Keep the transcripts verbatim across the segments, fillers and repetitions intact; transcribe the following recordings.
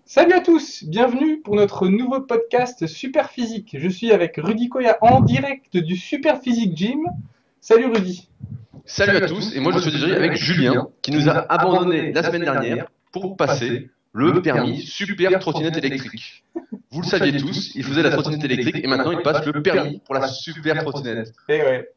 Salut à tous, bienvenue pour notre nouveau podcast Super Physique. Je suis avec Rudy Koya en direct du Super Physique Gym. Salut Rudy. Salut à tous, et moi je suis désolé avec Julien qui nous a abandonné la semaine dernière pour passer le permis super trottinette électrique. Vous le saviez tous, il faisait la trottinette électrique et maintenant il passe le permis pour la super trottinette. Eh ouais.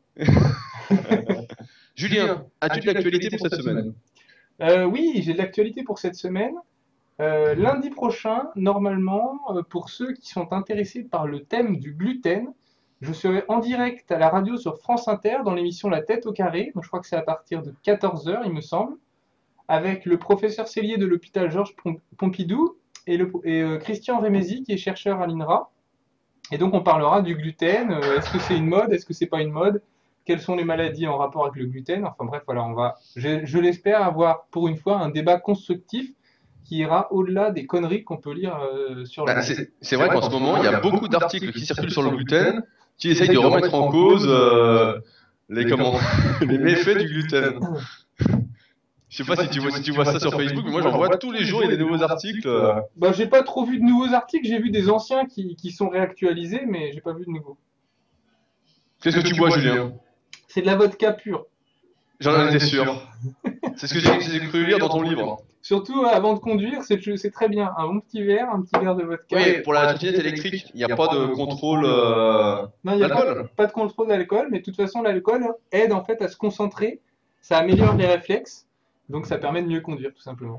Julien, as-tu de l'actualité pour cette semaine? Euh, oui, j'ai de l'actualité pour cette semaine. Euh, lundi prochain, normalement, euh, pour ceux qui sont intéressés par le thème du gluten, je serai en direct à la radio sur France Inter dans l'émission La Tête au carré. Donc, je crois que c'est à partir de quatorze heures, il me semble, avec le professeur Cellier de l'hôpital Georges Pompidou et, le, et euh, Christian Rémézy, qui est chercheur à l'INRA. Et donc, on parlera du gluten. Euh, est-ce que c'est une mode? Est-ce que c'est pas une mode? Quelles sont les maladies en rapport avec le gluten? Enfin bref, voilà, on va, je, je l'espère, avoir pour une fois un débat constructif qui ira au-delà des conneries qu'on peut lire euh, sur le Bah, net. c'est c'est vrai qu'en ce moment il y a beaucoup d'articles qui circulent sur le gluten qui essayent de remettre en cause euh, les, comment, les méfaits du gluten. Je sais pas si tu vois, si tu vois ça sur Facebook, mais moi j'en vois tous les jours, il y a des nouveaux articles. euh. Bah, j'ai pas trop vu de nouveaux articles, j'ai vu des anciens qui, qui sont réactualisés, mais j'ai pas vu de nouveaux. Qu'est-ce que tu bois, Julien? C'est de la vodka pure. J'en étais sûr. C'est ce que j'ai j'ai cru lire dans ton livre. Surtout avant de conduire, c'est c'est très bien. Un bon petit verre, un petit verre de vodka. Oui, pour la trottinette électrique, il n'y a pas de contrôle euh, Non, il n'y a pas, d'alcool. pas de contrôle d'alcool, mais de toute façon, l'alcool aide en fait à se concentrer, ça améliore les réflexes, donc ça permet de mieux conduire tout simplement.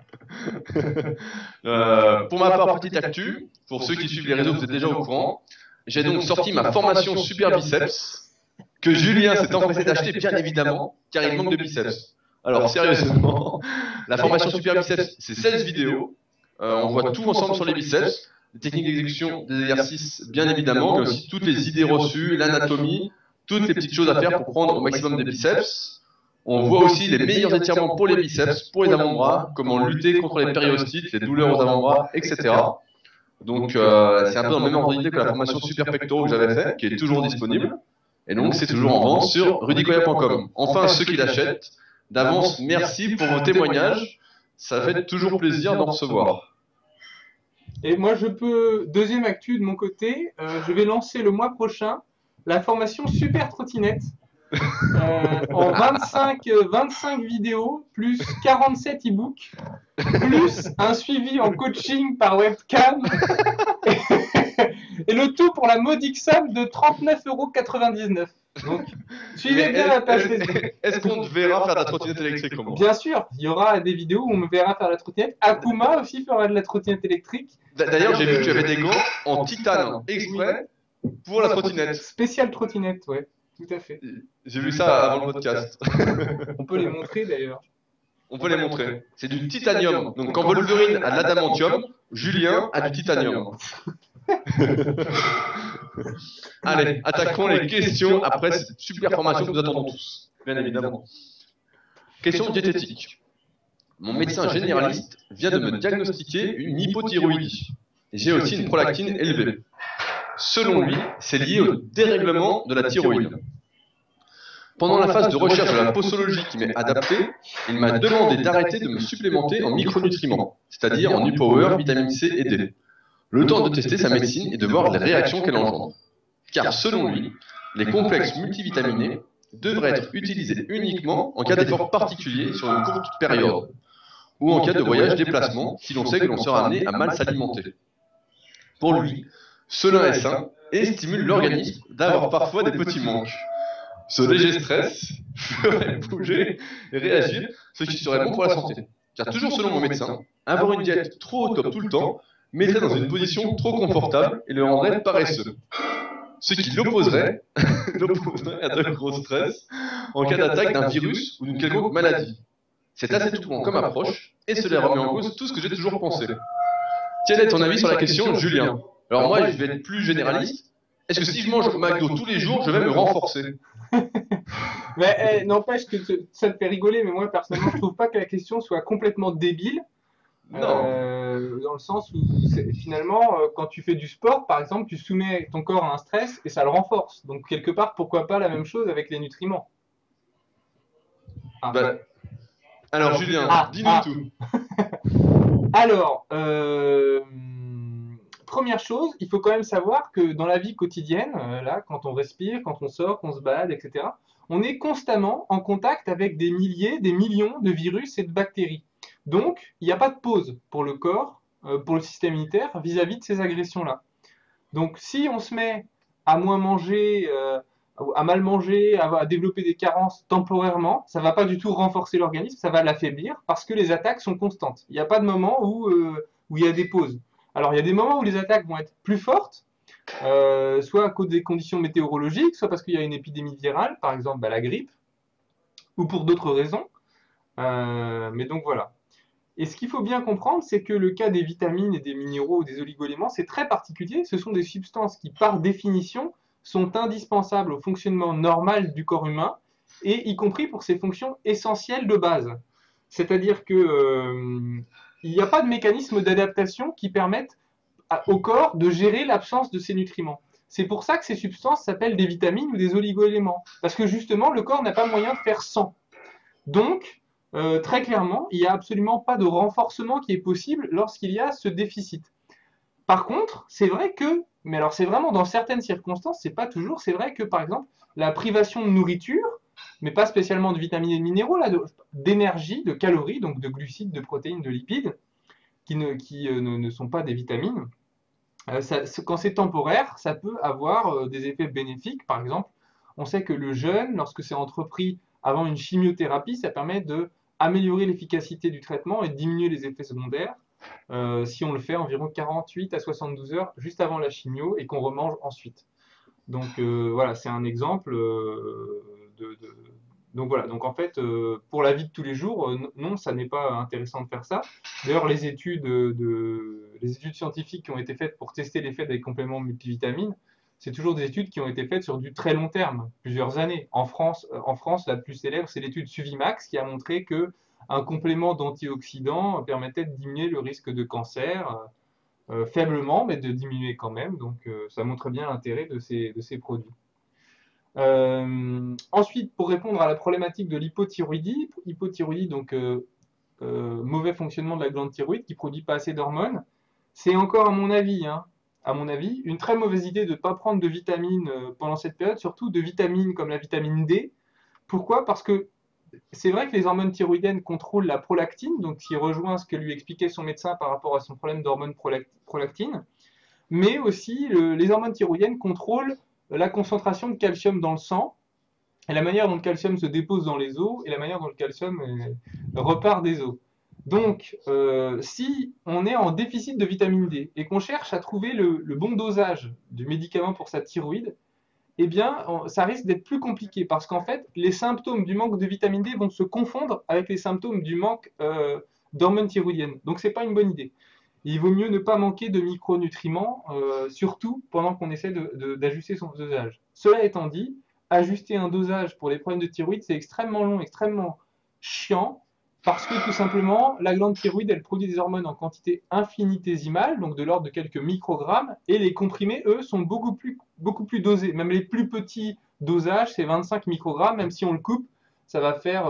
Euh, pour ma part, petite actu, pour ceux qui suivent les réseaux, vous êtes déjà au courant, j'ai donc sorti ma formation Super Biceps, que Julien s'est empressé d'acheter, bien évidemment, car il manque de biceps. Alors, sérieusement, la formation Super Biceps, c'est seize vidéos. Euh, on voit tout ensemble sur les biceps, les techniques d'exécution, des exercices, bien évidemment, mais aussi toutes les idées reçues, l'anatomie, toutes les petites choses à faire pour prendre au maximum des biceps. On voit aussi les meilleurs étirements pour les biceps, pour les avant-bras, comment lutter contre les périostites, les douleurs aux avant-bras, et cetera. Donc, euh, c'est un peu dans le même ordre d'idée que la formation Super Pectoraux que j'avais fait, qui est toujours disponible. Et donc, c'est toujours en vente sur rudicoya point com. Enfin, ceux qui l'achètent, d'avance, merci pour vos témoignages. Ça fait toujours plaisir d'en recevoir. Et moi, je peux, deuxième actu de mon côté, euh, je vais lancer le mois prochain la formation Super Trottinette. Euh, en vingt-cinq, euh, vingt-cinq vidéos, plus quarante-sept e-books, plus un suivi en coaching par webcam, et le tout pour la modique somme de trente-neuf euros quatre-vingt-dix-neuf. Donc, suivez bien la page Facebook. Est-ce qu'on te verra faire de la trottinette électrique comme moi? Bien sûr, il y aura des vidéos où on me verra faire la trottinette. Akuma aussi fera de la trottinette électrique. D'ailleurs, j'ai vu que tu avais des gants en titane exprès pour la trottinette. Spéciale trottinette, ouais, tout à fait. J'ai vu ça avant le podcast. On peut les montrer d'ailleurs. On peut les montrer. C'est du titanium. Donc quand Wolverine a de l'adamantium, Julien a du titanium. Allez, attaquons les questions après cette super formation que nous attendons tous, bien évidemment. Question diététique. Mon médecin généraliste vient de me diagnostiquer une hypothyroïdie. J'ai aussi une prolactine élevée. Selon lui, c'est lié au dérèglement de la thyroïde. Pendant la phase de recherche de la posologie qui m'est adaptée, il m'a demandé d'arrêter de me supplémenter en micronutriments, c'est-à-dire en U-Power, vitamine C et D. Le temps de tester sa médecine et de voir les réactions qu'elle engendre. Car selon lui, les complexes multivitaminés devraient être utilisés uniquement en cas d'effort particulier sur une courte période, ou en cas de voyage-déplacement si l'on sait que l'on sera amené à mal s'alimenter. Pour lui, cela est sain et stimule l'organisme d'avoir parfois des petits manques. Ce léger stress ferait bouger et réagir, ce qui serait bon pour la santé. Car toujours selon mon médecin, avoir une diète trop au top tout le temps mettrait dans une position trop confortable et le rendrait paresseux. Ce qui l'opposerait l'opposerait à de gros stress en cas d'attaque d'un virus ou d'une quelconque maladie. C'est assez troublant comme approche et cela remet en cause tout ce que j'ai toujours pensé. Quel est ton avis sur la question, Julien? Alors moi, je vais être plus généraliste. Est-ce que si je mange au McDo tous les jours, je vais me renforcer? Mais eh, n'empêche que ça te fait rigoler, mais moi personnellement, je trouve pas que la question soit complètement débile. Non. Euh, dans le sens où finalement, euh, quand tu fais du sport, par exemple, tu soumets ton corps à un stress et ça le renforce. Donc quelque part, pourquoi pas la même chose avec les nutriments? Ah. Bah, alors Julien, Ah, dis-nous ah. tout. Alors, euh, première chose, il faut quand même savoir que dans la vie quotidienne, euh, là, quand on respire, quand on sort, qu'on se balade, et cetera, on est constamment en contact avec des milliers, des millions de virus et de bactéries. Donc, il n'y a pas de pause pour le corps, euh, pour le système immunitaire vis-à-vis de ces agressions-là. Donc, si on se met à moins manger, euh, à mal manger, à, à développer des carences temporairement, ça ne va pas du tout renforcer l'organisme, ça va l'affaiblir parce que les attaques sont constantes. Il n'y a pas de moment où, euh, où il y a des pauses. Alors, il y a des moments où les attaques vont être plus fortes, euh, soit à cause des conditions météorologiques, soit parce qu'il y a une épidémie virale, par exemple bah, la grippe, ou pour d'autres raisons. Euh, mais donc voilà. Et ce qu'il faut bien comprendre, c'est que le cas des vitamines et des minéraux ou des oligoéléments, c'est très particulier. Ce sont des substances qui, par définition, sont indispensables au fonctionnement normal du corps humain, et y compris pour ses fonctions essentielles de base. C'est-à-dire que euh, il n'y a pas de mécanisme d'adaptation qui permette à, au corps de gérer l'absence de ces nutriments. C'est pour ça que ces substances s'appellent des vitamines ou des oligoéléments, parce que justement, le corps n'a pas moyen de faire sans. Donc, euh, très clairement, il n'y a absolument pas de renforcement qui est possible lorsqu'il y a ce déficit. Par contre, c'est vrai que, mais alors c'est vraiment dans certaines circonstances, c'est pas toujours, c'est vrai que par exemple, la privation de nourriture, mais pas spécialement de vitamines et de minéraux, là, d'énergie, de calories, donc de glucides, de protéines, de lipides, qui ne, qui, euh, ne, ne sont pas des vitamines, euh, ça, quand c'est temporaire, ça peut avoir euh, des effets bénéfiques. Par exemple, on sait que le jeûne, lorsque c'est entrepris avant une chimiothérapie, ça permet de améliorer l'efficacité du traitement et de diminuer les effets secondaires. Euh, si on le fait environ quarante-huit à soixante-douze heures juste avant la chimio et qu'on remange ensuite. Donc euh, voilà, c'est un exemple euh, de, de, donc voilà, donc en fait, euh, pour la vie de tous les jours, euh, non, ça n'est pas intéressant de faire ça. D'ailleurs, les études, de, les études scientifiques qui ont été faites pour tester l'effet des compléments multivitamines, c'est toujours des études qui ont été faites sur du très long terme, plusieurs années. En France, euh, en France la plus célèbre, c'est l'étude Suvimax qui a montré que un complément d'antioxydants permettait de diminuer le risque de cancer, euh, faiblement, mais de diminuer quand même. Donc, euh, ça montre bien l'intérêt de ces, de ces produits. Euh, ensuite, pour répondre à la problématique de l'hypothyroïdie, hypothyroïdie, donc euh, euh, mauvais fonctionnement de la glande thyroïde qui produit pas assez d'hormones, c'est encore à mon avis, hein, à mon avis, une très mauvaise idée de ne pas prendre de vitamines euh, pendant cette période, surtout de vitamines comme la vitamine D. Pourquoi? Parce que c'est vrai que les hormones thyroïdiennes contrôlent la prolactine, donc qui rejoint ce que lui expliquait son médecin par rapport à son problème d'hormone prolactine, mais aussi le, les hormones thyroïdiennes contrôlent la concentration de calcium dans le sang, et la manière dont le calcium se dépose dans les os, et la manière dont le calcium euh, repart des os. Donc, euh, si on est en déficit de vitamine D et qu'on cherche à trouver le, le bon dosage du médicament pour sa thyroïde, eh bien, on, ça risque d'être plus compliqué parce qu'en fait, les symptômes du manque de vitamine D vont se confondre avec les symptômes du manque euh, d'hormones thyroïdiennes. Donc, c'est pas une bonne idée. Il vaut mieux ne pas manquer de micronutriments, euh, surtout pendant qu'on essaie de, de, d'ajuster son dosage. Cela étant dit, ajuster un dosage pour les problèmes de thyroïde, c'est extrêmement long, extrêmement chiant, parce que tout simplement, la glande thyroïde, elle produit des hormones en quantité infinitésimale, donc de l'ordre de quelques microgrammes, et les comprimés, eux, sont beaucoup plus, beaucoup plus dosés. Même les plus petits dosages, c'est vingt-cinq microgrammes, même si on le coupe, ça va faire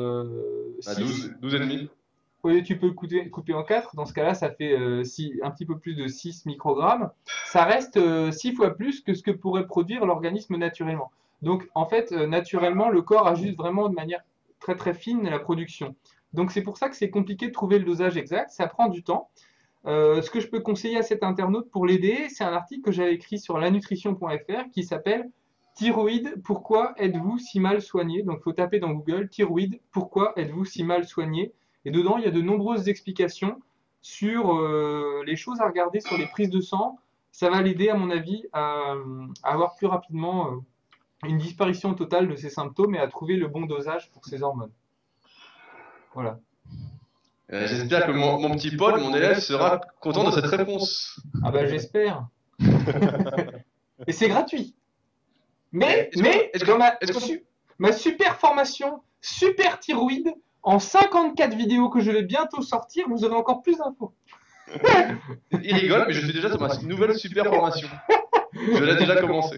euh, bah, douze, douze et demi. Oui, tu peux le couper, couper en quatre. Dans ce cas-là, ça fait euh, six, un petit peu plus de six microgrammes. Ça reste euh, six fois plus que ce que pourrait produire l'organisme naturellement. Donc, en fait, euh, naturellement, le corps ajuste vraiment de manière très très fine la production. Donc, c'est pour ça que c'est compliqué de trouver le dosage exact. Ça prend du temps. Euh, ce que je peux conseiller à cet internaute pour l'aider, c'est un article que j'avais écrit sur lanutrition point f r qui s'appelle Thyroïde, pourquoi êtes-vous si mal soigné? Donc, il faut taper dans Google Thyroïde, pourquoi êtes-vous si mal soigné? Et dedans, il y a de nombreuses explications sur euh, les choses à regarder sur les prises de sang. Ça va l'aider, à mon avis, à, à avoir plus rapidement euh, une disparition totale de ces symptômes et à trouver le bon dosage pour ces hormones. Voilà. Euh, J'espère que mon, mon petit Paul, mon élève, sera content de cette réponse. Ah bah j'espère. Et c'est gratuit. Mais, mais est-ce dans que, ma, est-ce que su, ma super formation, super thyroïde, en cinquante-quatre vidéos que je vais bientôt sortir, vous aurez encore plus d'infos. Il rigole, mais je suis déjà sur ma nouvelle super formation. Je l'ai déjà commencé.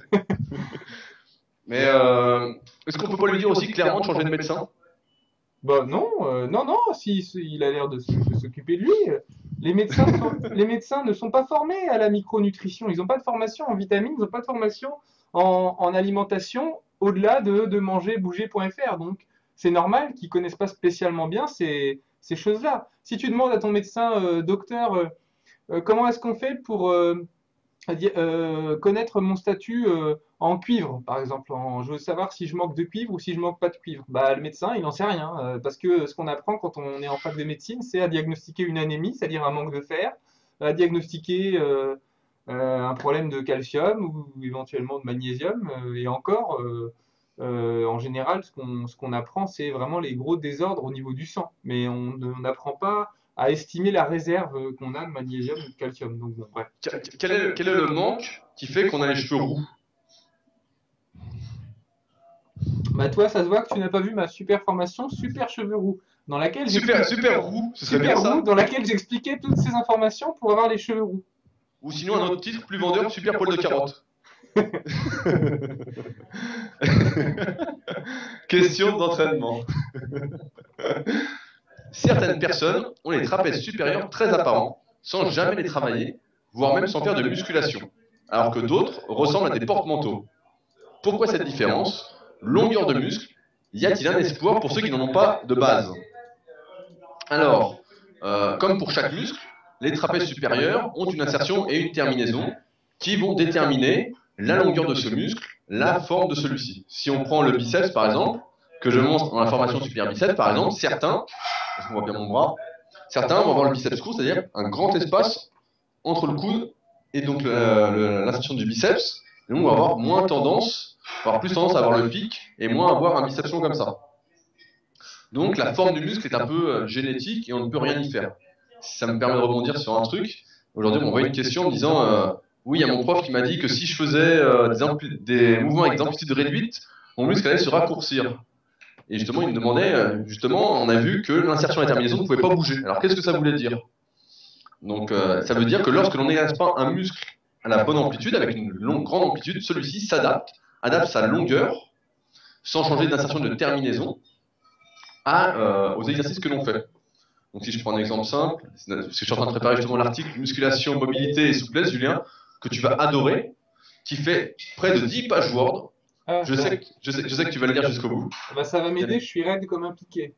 Mais euh, est-ce qu'on peut pas lui dire aussi clairement de changer de médecin? Bah non, euh, non, non, si, si il a l'air de, de s'occuper de lui. Les médecins, sont- les médecins ne sont pas formés à la micronutrition. Ils n'ont pas de formation en vitamines, ils n'ont pas de formation en, en alimentation au-delà de, de manger bouger point F R. Donc, c'est normal qu'ils connaissent pas spécialement bien ces, ces choses-là. Si tu demandes à ton médecin, euh, docteur, euh, euh, comment est-ce qu'on fait pour euh, euh, connaître mon statut euh, en cuivre, par exemple. En, je veux savoir si je manque de cuivre ou si je manque pas de cuivre. Bah, le médecin, il n'en sait rien, euh, parce que ce qu'on apprend quand on est en fac de médecine, c'est à diagnostiquer une anémie, c'est-à-dire un manque de fer, à diagnostiquer euh, euh, un problème de calcium ou éventuellement de magnésium, euh, et encore. Euh, euh, en général, ce qu'on ce qu'on apprend, c'est vraiment les gros désordres au niveau du sang. Mais on on n'apprend pas à estimer la réserve qu'on a de magnésium ou de calcium. Donc, bon, bref. Quel est, quel est le manque qui fait qu'on a les cheveux roux? Bah toi, ça se voit que tu n'as pas vu ma super formation Super Cheveux Roux, dans laquelle Super, j'explique super roux, ce serait bien Super Roux, ça. dans laquelle j'expliquais toutes ces informations pour avoir les cheveux roux. Ou sinon un autre titre plus vendeur, super poil de carotte. Question d'entraînement. Certaines personnes ont les trapèzes supérieurs très apparents, sans jamais les travailler, voire même sans faire de musculation, alors que d'autres ressemblent à des porte-manteaux. Pourquoi cette différence? Longueur de muscle, y a-t-il un espoir pour ceux qui n'en ont pas de base? Alors, euh, comme pour chaque muscle, les trapèzes supérieurs ont une insertion et une terminaison qui vont déterminer la longueur de ce muscle, la forme de celui-ci. Si on prend le biceps par exemple, que je montre dans la formation super biceps par exemple, certains, est-ce qu'on voit bien mon bras, certains vont avoir le biceps court, c'est-à-dire un grand espace entre le coude et donc l'insertion du biceps, et on va avoir moins tendance, avoir plus tendance à avoir le pic et moins avoir un biceps long comme ça. Donc la forme du muscle est un peu euh, génétique et on ne peut rien y faire. Si ça me permet de rebondir sur un truc, aujourd'hui on m'envoie une question en me disant euh, oui, il y a mon prof qui m'a dit que si je faisais euh, des, des mouvements avec des amplitudes réduites, mon muscle allait se raccourcir. Et justement, il me demandait, euh, justement, on a vu que l'insertion et la terminaison ne pouvaient pas bouger. Alors qu'est-ce que ça voulait dire? Donc euh, ça veut dire que lorsque l'on n'exerce pas un muscle à la bonne amplitude, avec une longue, grande amplitude, celui-ci s'adapte, adapte sa longueur, sans changer d'insertion de terminaison, à, euh, aux exercices que l'on fait. Donc si je prends un exemple simple, parce que je suis en train de préparer justement l'article musculation, mobilité et souplesse, Julien, que tu vas adorer, qui fait près de dix pages Word. Ah, Je sais, que, je, sais, je sais que tu vas le lire jusqu'au bout. bah ça va m'aider, je suis raide comme un piquet.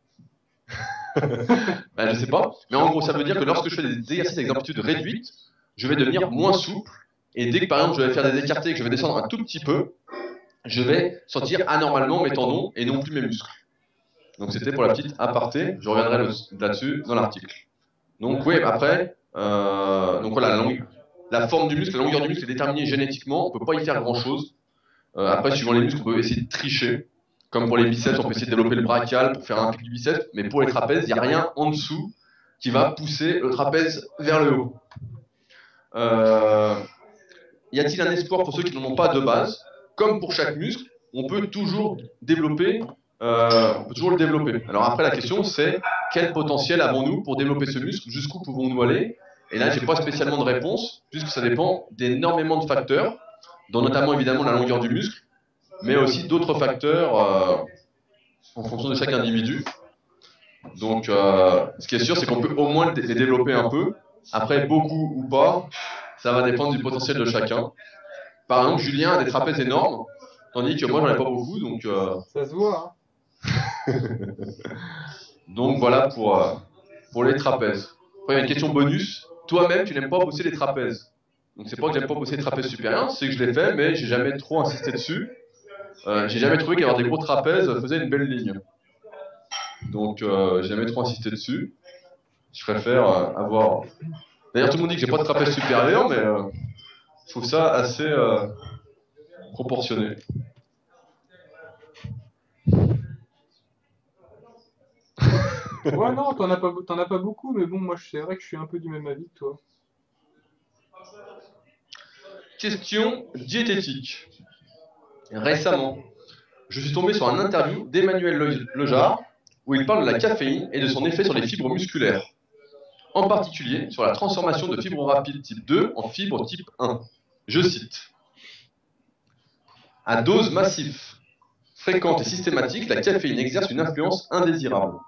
Ben, je sais pas, mais en gros ça veut dire que lorsque je fais des exercices avec des amplitudes réduites, je vais devenir moins souple, et dès que par exemple je vais faire des écartés et que je vais descendre un tout petit peu, je vais sentir anormalement mes tendons et non plus mes muscles. Donc c'était pour la petite aparté, je reviendrai là-dessus dans l'article. Donc oui, après, euh, donc voilà, la, longue, la forme du muscle, la longueur du muscle est déterminée génétiquement, on ne peut pas y faire grand-chose. Euh, après, suivant les muscles, on peut essayer de tricher. Comme pour les biceps, on peut essayer de développer le brachial pour faire un pic du biceps, mais pour les trapèzes, il n'y a rien en dessous qui va pousser le trapèze vers le haut. Euh, y a-t-il un espoir pour ceux qui n'en ont pas de base? Comme pour chaque muscle, on peut toujours développer, euh, on peut toujours le développer. Alors après, la question c'est quel potentiel avons-nous pour développer ce muscle? Jusqu'où pouvons-nous aller? Et là, je n'ai pas spécialement de réponse, puisque ça dépend d'énormément de facteurs, dont notamment évidemment la longueur du muscle, mais aussi d'autres facteurs euh, en fonction de chaque individu. Donc, euh, ce qui est sûr, c'est qu'on peut au moins les développer un peu. Après, beaucoup ou pas, ça va dépendre du potentiel de chacun. Par exemple, Julien a des trapèzes énormes, tandis que moi, j'en ai pas beaucoup. Donc, euh... ça se voit. Hein. donc voilà pour, euh, pour les trapèzes. Après, il y a une question bonus. Toi-même, tu n'aimes pas bosser les trapèzes. Donc, c'est pas que j'aime pas bosser les trapèzes supérieurs, c'est que je les fais, mais j'ai jamais trop insisté dessus. Euh, j'ai jamais trouvé qu'avoir des gros trapèzes faisait une belle ligne. Donc, euh, j'ai jamais trop insisté dessus. Je préfère euh, avoir. D'ailleurs, tout le monde dit que j'ai pas de trapèze supérieur, mais euh, je trouve ça assez euh, proportionné. Ouais, non, t'en as pas, t'en as pas beaucoup, mais bon, moi, c'est vrai que je suis un peu du même avis que toi. Question diététique. Récemment, je suis tombé sur un interview d'Emmanuel Lejar où il parle de la caféine et de son effet sur les fibres musculaires, en particulier sur la transformation de fibres rapides type deux en fibres type un. Je cite. À dose massive, fréquente et systématique, la caféine exerce une influence indésirable.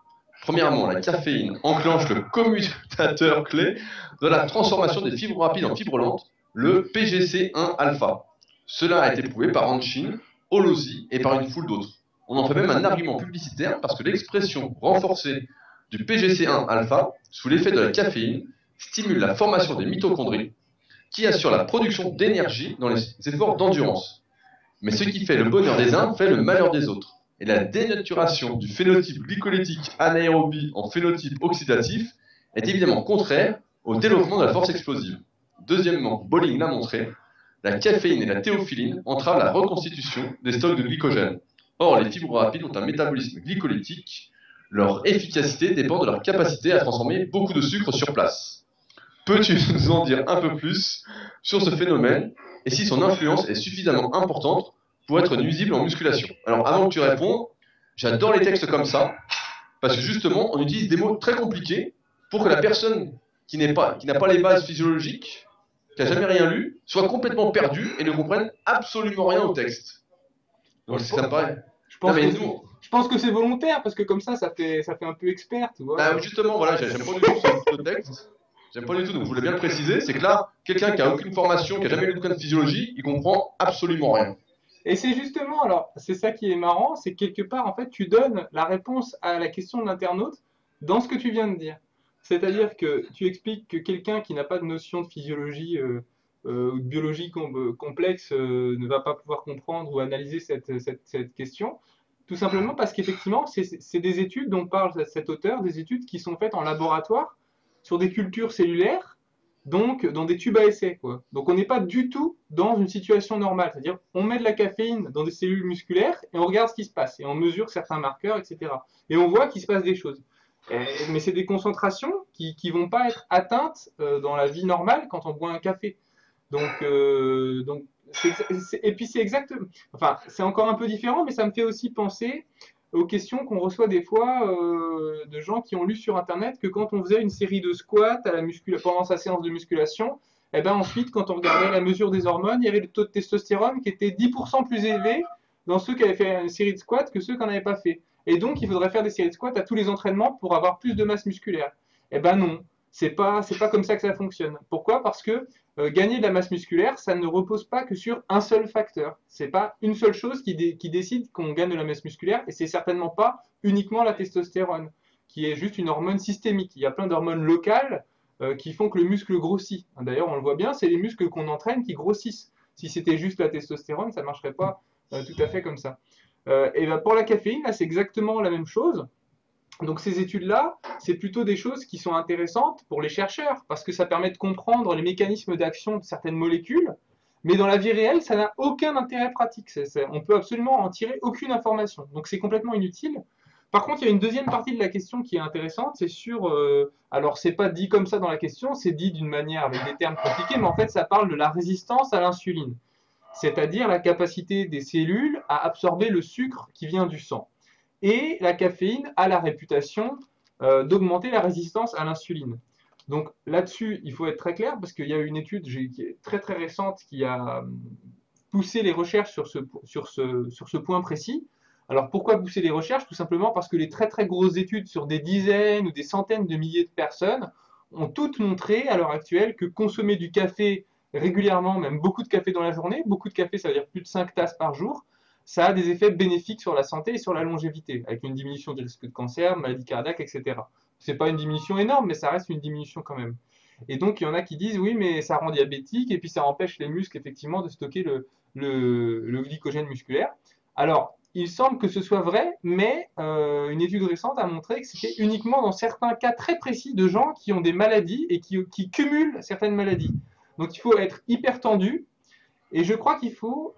Premièrement, la caféine enclenche le commutateur clé de la transformation des fibres rapides en fibres lentes, le P G C un alpha. Cela a été prouvé par Hanshin, Holozy et par une foule d'autres. On en fait même un argument publicitaire parce que l'expression renforcée du P G C un alpha, sous l'effet de la caféine, stimule la formation des mitochondries, qui assurent la production d'énergie dans les efforts d'endurance. Mais ce qui fait le bonheur des uns fait le malheur des autres. Et la dénaturation du phénotype glycolytique anaérobie en phénotype oxydatif est évidemment contraire au développement de la force explosive. Deuxièmement, Bolling l'a montré, la caféine et la théophiline entravent la reconstitution des stocks de glycogène. Or, les fibres rapides ont un métabolisme glycolytique. Leur efficacité dépend de leur capacité à transformer beaucoup de sucre sur place. Peux-tu nous en dire un peu plus sur ce phénomène et si son influence est suffisamment importante pour être nuisible en musculation? Alors, avant que tu répondes, j'adore les textes comme ça, parce que justement, on utilise des mots très compliqués pour que la personne qui n'est pas, qui n'a pas les bases physiologiques, qui n'a jamais rien lu, soit complètement perdue et ne comprenne absolument rien au texte. Donc, ça me paraît... Je pense, que nous... je pense que c'est volontaire, parce que comme ça, ça fait, ça fait un peu expert, tu vois. Bah, justement, voilà, j'aime pas du tout ce texte. J'aime pas du tout, donc je voulais bien le préciser, c'est que là, quelqu'un qui a aucune formation, qui n'a jamais lu de bouquin de physiologie, il comprend absolument rien. Et c'est justement, alors, c'est ça qui est marrant, c'est que quelque part, en fait, tu donnes la réponse à la question de l'internaute dans ce que tu viens de dire. C'est-à-dire que tu expliques que quelqu'un qui n'a pas de notion de physiologie euh, euh, ou de biologie com complexe euh, ne va pas pouvoir comprendre ou analyser cette, cette, cette question, tout simplement parce qu'effectivement, c'est des études dont parle cet auteur, des études qui sont faites en laboratoire sur des cultures cellulaires, donc dans des tubes à essai, quoi. Donc on n'est pas du tout dans une situation normale, c'est-à-dire on met de la caféine dans des cellules musculaires et on regarde ce qui se passe, et on mesure certains marqueurs, et cetera. Et on voit qu'il se passe des choses. Et, mais c'est des concentrations qui ne vont pas être atteintes euh, dans la vie normale quand on boit un café. Donc, euh, donc c'est, c'est, et puis c'est exactement, enfin c'est encore un peu différent, mais ça me fait aussi penser aux questions qu'on reçoit des fois euh, de gens qui ont lu sur internet que quand on faisait une série de squats à la muscula pendant sa séance de musculation, et ben ensuite quand on regardait la mesure des hormones, il y avait le taux de testostérone qui était dix pour cent plus élevé dans ceux qui avaient fait une série de squats que ceux qui n'en avaient pas fait. Et donc il faudrait faire des séries de squats à tous les entraînements pour avoir plus de masse musculaire. Et ben non, c'est pas c'est pas comme ça que ça fonctionne. Pourquoi? Parce que euh, gagner de la masse musculaire, ça ne repose pas que sur un seul facteur. C'est pas une seule chose qui, dé qui décide qu'on gagne de la masse musculaire, et c'est certainement pas uniquement la testostérone, qui est juste une hormone systémique. Il y a plein d'hormones locales euh, qui font que le muscle grossit. D'ailleurs, on le voit bien, c'est les muscles qu'on entraîne qui grossissent. Si c'était juste la testostérone, ça marcherait pas euh, tout à fait comme ça. Euh, et ben pour la caféine, là, c'est exactement la même chose. Donc ces études-là, c'est plutôt des choses qui sont intéressantes pour les chercheurs, parce que ça permet de comprendre les mécanismes d'action de certaines molécules, mais dans la vie réelle, ça n'a aucun intérêt pratique. C'est, c'est, on peut absolument en tirer aucune information. Donc c'est complètement inutile. Par contre, il y a une deuxième partie de la question qui est intéressante, c'est sur... Euh, alors c'est pas dit comme ça dans la question, c'est dit d'une manière avec des termes compliqués, mais en fait ça parle de la résistance à l'insuline, c'est-à-dire la capacité des cellules à absorber le sucre qui vient du sang. Et la caféine a la réputation euh, d'augmenter la résistance à l'insuline. Donc là-dessus, il faut être très clair, parce qu'il y a une étude qui est très très récente qui a poussé les recherches sur ce, sur ce, sur ce point précis. Alors pourquoi pousser les recherches? Tout simplement parce que les très très grosses études sur des dizaines ou des centaines de milliers de personnes ont toutes montré à l'heure actuelle que consommer du café régulièrement, même beaucoup de café dans la journée, beaucoup de café ça veut dire plus de cinq tasses par jour, ça a des effets bénéfiques sur la santé et sur la longévité, avec une diminution du risque de cancer, maladie cardiaque, et cetera. C'est pas une diminution énorme, mais ça reste une diminution quand même. Et donc, il y en a qui disent, oui, mais ça rend diabétique, et puis ça empêche les muscles, effectivement, de stocker le, le, le glycogène musculaire. Alors, il semble que ce soit vrai, mais euh, une étude récente a montré que c'était uniquement dans certains cas très précis de gens qui ont des maladies et qui, qui cumulent certaines maladies. Donc, il faut être hyper tendu. Et je crois qu'il faut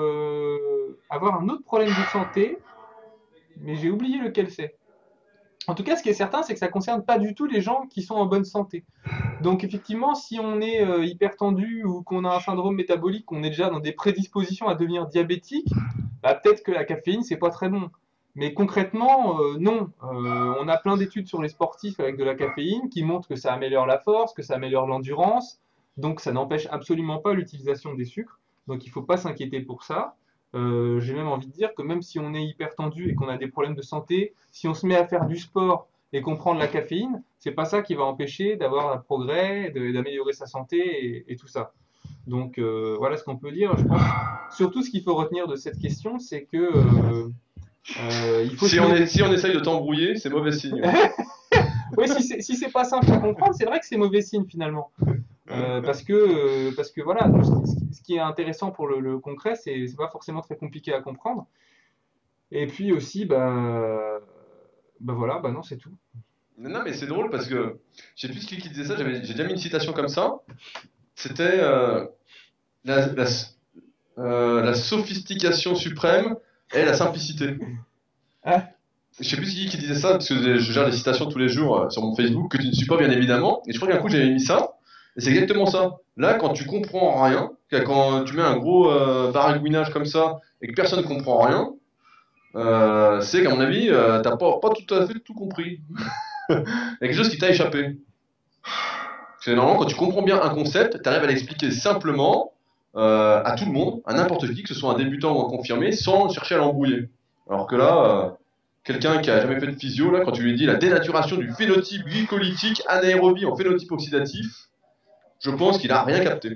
euh, avoir un autre problème de santé, mais j'ai oublié lequel c'est. En tout cas, ce qui est certain, c'est que ça ne concerne pas du tout les gens qui sont en bonne santé. Donc effectivement, si on est euh, hyper tendu ou qu'on a un syndrome métabolique, qu'on est déjà dans des prédispositions à devenir diabétique, bah, peut-être que la caféine, c'est pas très bon. Mais concrètement, euh, non. Euh, on a plein d'études sur les sportifs avec de la caféine qui montrent que ça améliore la force, que ça améliore l'endurance. Donc ça n'empêche absolument pas l'utilisation des sucres. Donc il ne faut pas s'inquiéter pour ça. Euh, J'ai même envie de dire que même si on est hyper tendu et qu'on a des problèmes de santé, si on se met à faire du sport et comprendre la caféine, c'est pas ça qui va empêcher d'avoir un progrès, de- d'améliorer sa santé et, et tout ça. Donc euh, voilà ce qu'on peut dire. Je pense surtout ce qu'il faut retenir de cette question, c'est que euh, euh, il faut Si se on, méfier. est, si on essaye de t'embrouiller, c'est mauvais signe. Oui, si c'est si c'est pas simple à comprendre, c'est vrai que c'est mauvais signe finalement. Euh, parce que euh, parce que voilà, ce qui, ce qui est intéressant pour le, le concret, c'est c'est pas forcément très compliqué à comprendre. Et puis aussi, bah, bah voilà, bah non, c'est tout. Non, mais c'est drôle parce que je sais plus qui qui disait ça, j'avais- j'ai déjà mis une citation comme ça. C'était euh, la, la, euh, la sophistication suprême est la simplicité. Ah, Je sais plus qui qui disait ça parce que je gère des citations tous les jours euh, sur mon Facebook que tu ne suis pas bien évidemment. Et je crois qu'un coup j'avais mis ça. Et c'est exactement ça. Là, quand tu comprends rien, quand tu mets un gros euh, baragouinage comme ça et que personne ne comprend rien, euh, c'est qu'à mon avis, euh, t'as pas, pas tout à fait tout compris. Il y a quelque chose qui t'a échappé. Parce que normalement, quand tu comprends bien un concept, tu arrives à l'expliquer simplement euh, à tout le monde, à n'importe qui, que ce soit un débutant ou un confirmé, sans chercher à l'embrouiller. Alors que là, euh, quelqu'un qui a jamais fait de physio, là, quand tu lui dis la dénaturation du phénotype glycolytique anaérobie en phénotype oxydatif, je pense qu'il a rien capté.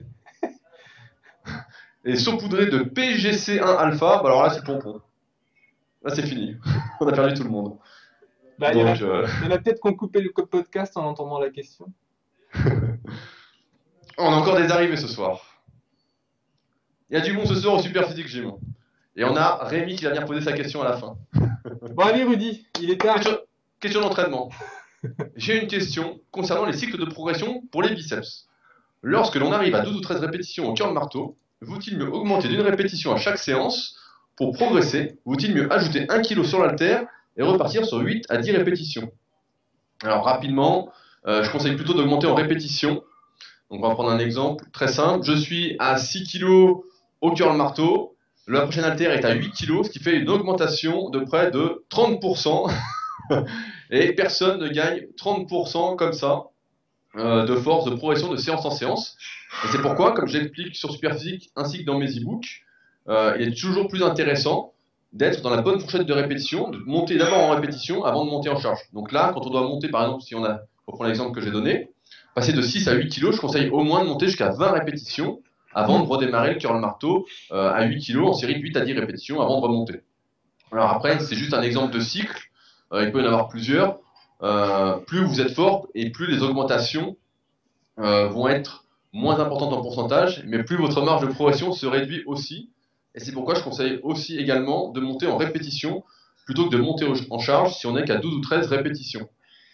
Et saupoudré de P G C un alpha, bah alors là, c'est le pompon. Là, c'est fini. On a perdu tout le monde. bah, il y en a, Donc, euh, il y en a peut-être qui ont coupé le podcast en entendant la question. on a encore des arrivées ce soir. Il y a du monde ce soir au Super Physique Gym. Et on a Rémi qui va venir poser sa question à la fin. Bon, allez, Rudy, il est tard. Question, question d'entraînement. J'ai une question concernant les cycles de progression pour les biceps. Lorsque l'on arrive à douze ou treize répétitions au curl marteau, vaut-il mieux augmenter d'une répétition à chaque séance pour progresser? Vaut-il mieux ajouter un kilo sur l'haltère et repartir sur huit à dix répétitions? Alors rapidement, euh, je conseille plutôt d'augmenter en répétition. Donc on va prendre un exemple très simple. Je suis à six kilos au curl marteau. La prochaine haltère est à huit kilos, ce qui fait une augmentation de près de trente pour cent. Et personne ne gagne trente pour cent comme ça euh, de force de progression de séance en séance. Et c'est pourquoi, comme j'explique sur Superphysique ainsi que dans mes e-books, euh, il est toujours plus intéressant d'être dans la bonne fourchette de répétition, de monter d'abord en répétition avant de monter en charge. Donc là, quand on doit monter, par exemple, si on a, pour prendre l'exemple que j'ai donné, passer de six à huit kilos, je conseille au moins de monter jusqu'à vingt répétitions avant de redémarrer le curl marteau euh, à huit kilos en série de huit à dix répétitions avant de remonter. Alors après, c'est juste un exemple de cycle. Euh, il peut y en avoir plusieurs. Euh, plus vous êtes fort et plus les augmentations euh, vont être moins importantes en pourcentage, mais plus votre marge de progression se réduit aussi. Et c'est pourquoi je conseille aussi également de monter en répétition plutôt que de monter en charge si on n'est qu'à douze ou treize répétitions.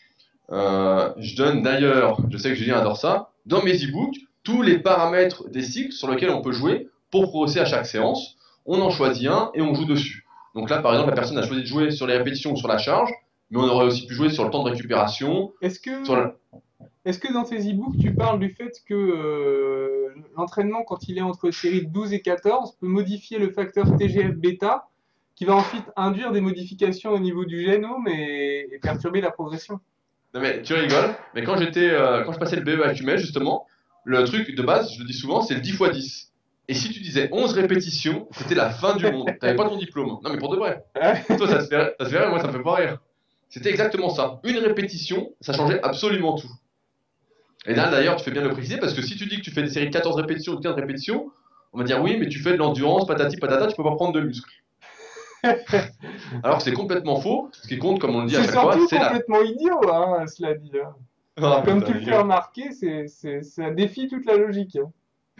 Euh, je donne d'ailleurs, je sais que Julien adore ça, dans mes e-books, tous les paramètres des cycles sur lesquels on peut jouer pour progresser à chaque séance. On en choisit un et on joue dessus. Donc là, par exemple, la personne a choisi de jouer sur les répétitions ou sur la charge, mais on aurait aussi pu jouer sur le temps de récupération. Est-ce Sur que, la... est-ce que dans tes e-books, tu parles du fait que euh, l'entraînement, quand il est entre séries douze et quatorze, peut modifier le facteur T G F bêta, qui va ensuite induire des modifications au niveau du génome et, et perturber la progression? Non mais tu rigoles, mais quand j'étais, euh, quand je passais le B E à Cumel, justement, le truc de base, je le dis souvent, c'est le dix fois dix. Et si tu disais onze répétitions, c'était la fin du monde. T'avais pas ton diplôme. Non mais pour de vrai. Toi, ça te fait, ça te fait rire, moi, ça me fait pas rire. C'était exactement ça. Une répétition, ça changeait absolument tout. Et là, d'ailleurs, tu fais bien de le préciser, parce que si tu dis que tu fais des séries de quatorze répétitions ou de quinze répétitions, on va dire oui, mais tu fais de l'endurance, patati patata, tu peux pas prendre de muscle. Alors que c'est complètement faux. Ce qui compte, comme on le dit à C'est chaque fois, surtout c'est la... complètement idiot, hein, cela dit. Hein. Ah Comme tu putain, le il fais est- remarquer, c'est, c'est, ça défie toute la logique. Hein.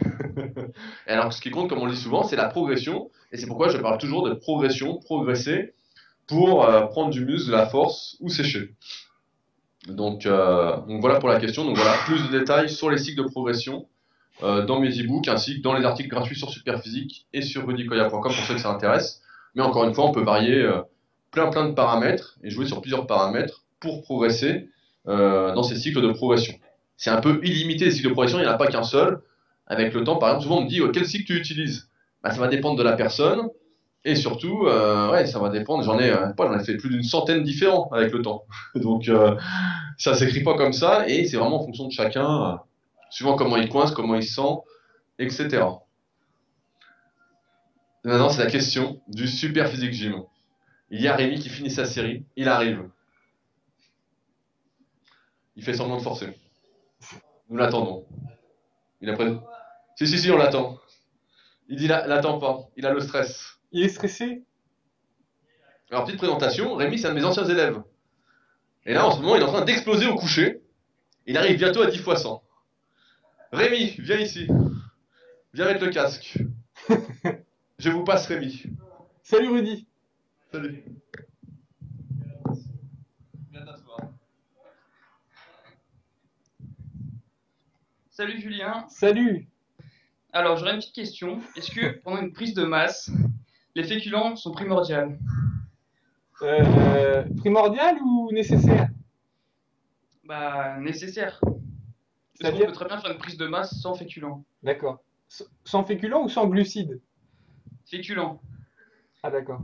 Et alors que ce qui compte, comme on le dit souvent, c'est la progression. Et c'est pourquoi je parle toujours de progression, progresser, pour euh, prendre du muscle, de la force ou sécher. Donc, euh, donc voilà pour la question. Donc voilà, plus de détails sur les cycles de progression euh, dans mes e-books ainsi que dans les articles gratuits sur Superphysique et sur rudicoya point com pour ceux que ça intéresse. Mais encore une fois, on peut varier euh, plein plein de paramètres et jouer sur plusieurs paramètres pour progresser euh, dans ces cycles de progression. C'est un peu illimité les cycles de progression, il n'y en a pas qu'un seul. Avec le temps, par exemple, souvent on me dit oh, quel cycle tu utilises? Bah, ça va dépendre de la personne et surtout, euh, ouais, ça va dépendre. J'en ai, euh, pas, j'en ai fait plus d'une centaine différents avec le temps. Donc euh, ça s'écrit pas comme ça et c'est vraiment en fonction de chacun, euh, suivant comment il coince, comment il se sent, et cetera. Maintenant, c'est la question du Super Physique Gym. Il y a Rémi qui finit sa série, il arrive. Il fait semblant de forcer. Nous l'attendons. Il a pré... Si, si, si, on l'attend. Il dit là, l'attend pas. Il a le stress. Il est stressé? Alors, petite présentation, Rémi, c'est un de mes anciens élèves. Et là, en ce moment, il est en train d'exploser au coucher. Il arrive bientôt à dix fois cent. Rémi, viens ici. Viens mettre le casque. Je vous passe Rémi. Salut Rudy. Salut. Salut Julien. Salut. Alors j'aurais une petite question. Est-ce que pendant une prise de masse, les féculents sont primordiaux? Euh, primordial ou nécessaire? Bah nécessaire. Parce qu'on C'est-à-dire peut très bien faire une prise de masse sans féculents. D'accord. S- Sans féculents ou sans glucides? Féculents. Ah d'accord.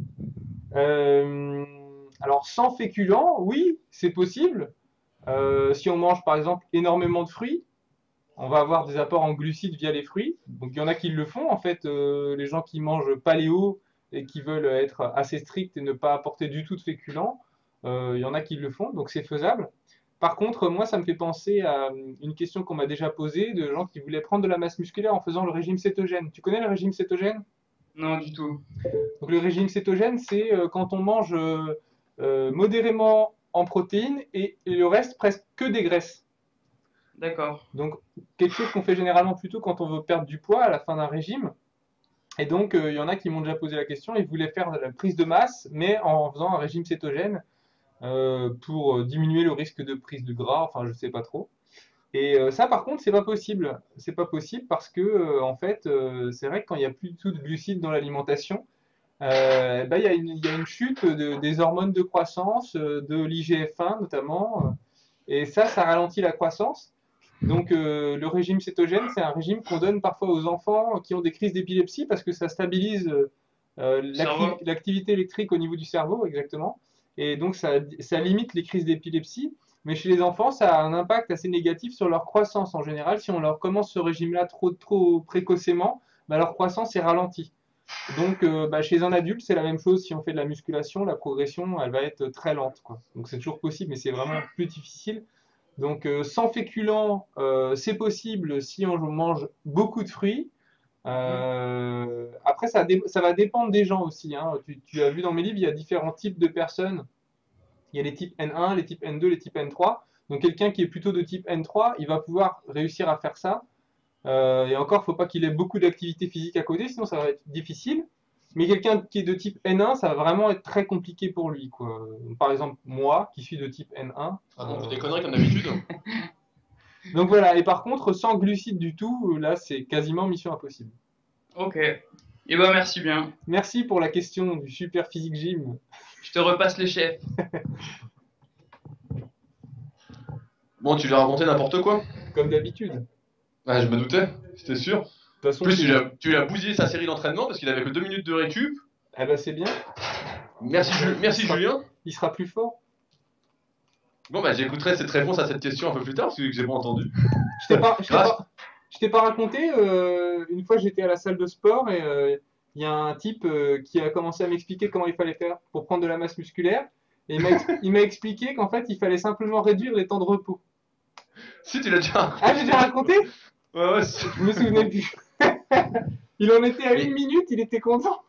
Euh, alors sans féculents, oui, c'est possible. Euh, si on mange par exemple énormément de fruits, on va avoir des apports en glucides via les fruits. Donc il y en a qui le font en fait, euh, les gens qui mangent paléo et qui veulent être assez stricts et ne pas apporter du tout de féculents, euh, il y en a qui le font, donc c'est faisable. Par contre, moi, ça me fait penser à une question qu'on m'a déjà posée de gens qui voulaient prendre de la masse musculaire en faisant le régime cétogène. Tu connais le régime cétogène? Non du tout. Donc le régime cétogène, c'est euh, quand on mange euh, euh, modérément en protéines et, et le reste presque que des graisses. D'accord. Donc quelque chose qu'on fait généralement plutôt quand on veut perdre du poids à la fin d'un régime. Et donc euh, il y en a qui m'ont déjà posé la question, ils voulaient faire de la prise de masse, mais en faisant un régime cétogène euh, pour diminuer le risque de prise de gras, enfin je sais pas trop. Et euh, ça, par contre, c'est pas possible. C'est pas possible parce que, euh, en fait, euh, c'est vrai que quand il n'y a plus du tout de glucides dans l'alimentation, euh, bah, il y a une, il y a une chute de- des hormones de croissance, euh, de l'I G F un notamment, euh, et ça, ça ralentit la croissance. Donc, euh, le régime cétogène, c'est un régime qu'on donne parfois aux enfants qui ont des crises d'épilepsie parce que ça stabilise euh, l'acti- Cerveau. l'activité électrique au niveau du cerveau, exactement. Et donc, ça, ça limite les crises d'épilepsie. Mais chez les enfants, ça a un impact assez négatif sur leur croissance en général. Si on leur commence ce régime-là trop, trop précocement, bah, leur croissance est ralentie. Donc, euh, bah, chez un adulte, c'est la même chose. Si on fait de la musculation, la progression, elle va être très lente, quoi. Donc, c'est toujours possible, mais c'est vraiment plus difficile. Donc, euh, sans féculents, euh, c'est possible si on mange beaucoup de fruits. Mhm. Euh, après, ça, dé- ça va dépendre des gens aussi, hein. Tu, tu as vu dans mes livres, il y a différents types de personnes. Il y a les types N un, les types N deux, les types N trois. Donc, quelqu'un qui est plutôt de type N trois, il va pouvoir réussir à faire ça. Euh, et encore, il ne faut pas qu'il ait beaucoup d'activité physique à côté, sinon ça va être difficile. Mais quelqu'un qui est de type N un, ça va vraiment être très compliqué pour lui, quoi. Par exemple, moi, qui suis de type N un. On fait euh, des conneries comme d'habitude. Donc voilà, et par contre, sans glucides du tout, là, c'est quasiment mission impossible. Ok. Et ben merci bien. Merci pour la question du Super Physique Gym, Je te repasse les chefs. Bon, tu lui as raconté n'importe quoi. comme d'habitude. Ah, je me doutais, c'était sûr. De toute façon, En plus, tu c'est- lui as, tu lui as bousillé sa série d'entraînement parce qu'il avait que deux minutes de récup. eh ben, c'est bien, Merci, Ju- Merci Il sera- Julien. il sera plus fort. Bon, bah, j'écouterai cette réponse à cette question un peu plus tard parce que j'ai pas entendu. Je t'ai pas, je t'ai Grâce. pas, je t'ai pas raconté, euh, une fois j'étais à la salle de sport et euh, il y a un type euh, qui a commencé à m'expliquer comment il fallait faire pour prendre de la masse musculaire. Et il m'a ex- il m'a expliqué qu'en fait il fallait simplement réduire les temps de repos. Si, tu l'as déjà. Ah, j'ai déjà raconté? Ouais, ouais. c'est- Je me souvenais plus. Il en était à Mais- une minute, il était content.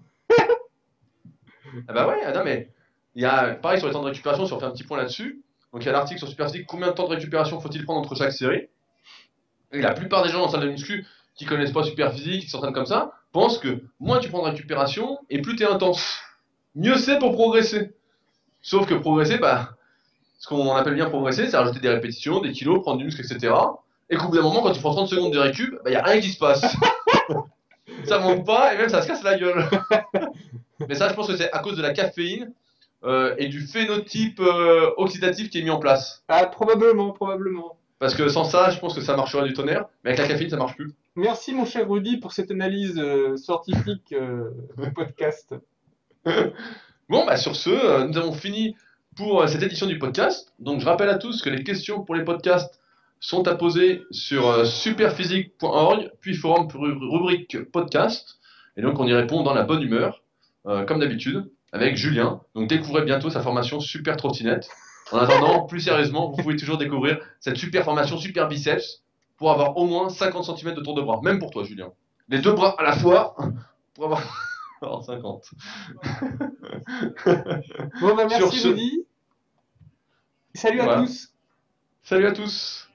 Ah bah ouais, ah non, mais il y a pareil sur les temps de récupération, si on fait un petit point là-dessus. Donc il y a l'article sur Superphysique, combien de temps de récupération faut-il prendre entre chaque série? Et la plupart des gens en salle de muscu qui connaissent pas Superphysique, qui s'entraînent comme ça, pensent que moins tu prends de récupération et plus t'es intense. Mieux c'est pour progresser. Sauf que progresser, bah, ce qu'on appelle bien progresser, c'est rajouter des répétitions, des kilos, prendre du muscle, et cetera. Et qu'au bout d'un moment, quand tu prends trente secondes de récup, bah, y a rien qui se passe. Ça monte pas et même ça se casse la gueule. Mais ça, je pense que c'est à cause de la caféine euh, et du phénotype euh, oxydatif qui est mis en place. Ah, probablement, probablement. Parce que sans ça, je pense que ça marcherait du tonnerre, mais avec la caféine, ça marche plus. Merci mon cher Rudy pour cette analyse euh, scientifique euh, du podcast. Bon, bah sur ce, euh, nous avons fini pour euh, cette édition du podcast. Donc je rappelle à tous que les questions pour les podcasts sont à poser sur euh, superphysique point org, puis forum pour ru- rubrique podcast. Et donc on y répond dans la bonne humeur, euh, comme d'habitude, avec Julien. Donc découvrez bientôt sa formation Super Trottinette. En attendant, plus sérieusement, vous pouvez toujours découvrir cette super formation, super biceps, pour avoir au moins cinquante centimètres de tour de bras. Même pour toi, Julien. Les deux bras à la fois, pour avoir, avoir cinquante. Bon, bah Sur merci ce- Rudy. Salut à Voilà. tous. Salut à tous.